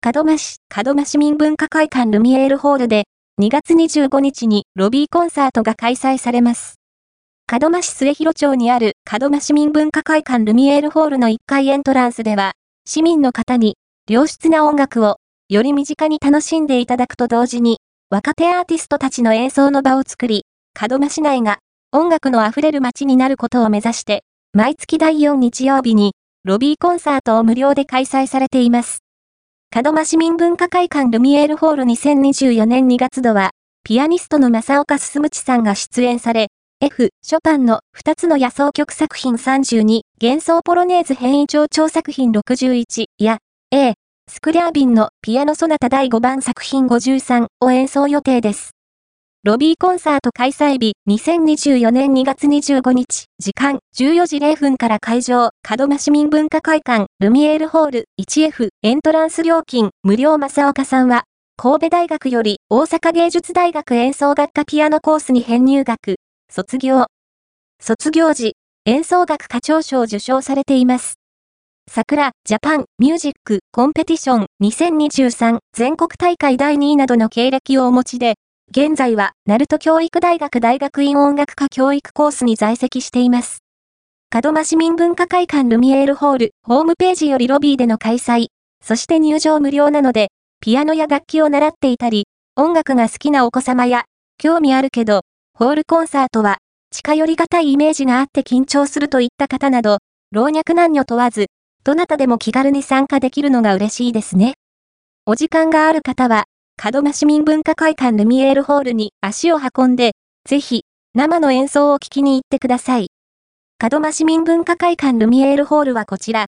門真市民文化会館ルミエールホールで、2月25日にロビーコンサートが開催されます。門真市末広町にある門真市民文化会館ルミエールホールの1階エントランスでは、市民の方に良質な音楽をより身近に楽しんでいただくと同時に、若手アーティストたちの演奏の場を作り、門真市内が音楽のあふれる街になることを目指して、毎月第4日曜日にロビーコンサートを無料で開催されています。門真市民文化会館ルミエールホール2024年2月度は、ピアニストの正岡進地さんが出演され、F. ショパンの2つの野奏曲作品32、幻想ポロネーズ変異長調作品61や、A. スクリャービンのピアノソナタ第5番作品53を演奏予定です。ロビーコンサート開催日2024年2月25日、時間14時0分から会場、門真市民文化会館、ルミエールホール 1F、エントランス料金、無料正岡さんは、神戸大学より大阪芸術大学演奏学科ピアノコースに編入学、卒業時、演奏学科長賞を受賞されています。桜ジャパンミュージックコンペティション2023全国大会第2位などの経歴をお持ちで、現在は、鳴門教育大学大学院音楽科教育コースに在籍しています。門真市民文化会館ルミエールホール、ホームページよりロビーでの開催、そして入場無料なので、ピアノや楽器を習っていたり、音楽が好きなお子様や、興味あるけど、ホールコンサートは、近寄りがたいイメージがあって緊張するといった方など、老若男女問わず、どなたでも気軽に参加できるのが嬉しいですね。お時間がある方は、門真市民文化会館ルミエールホールに足を運んで、ぜひ、生の演奏を聴きに行ってください。門真市民文化会館ルミエールホールはこちら、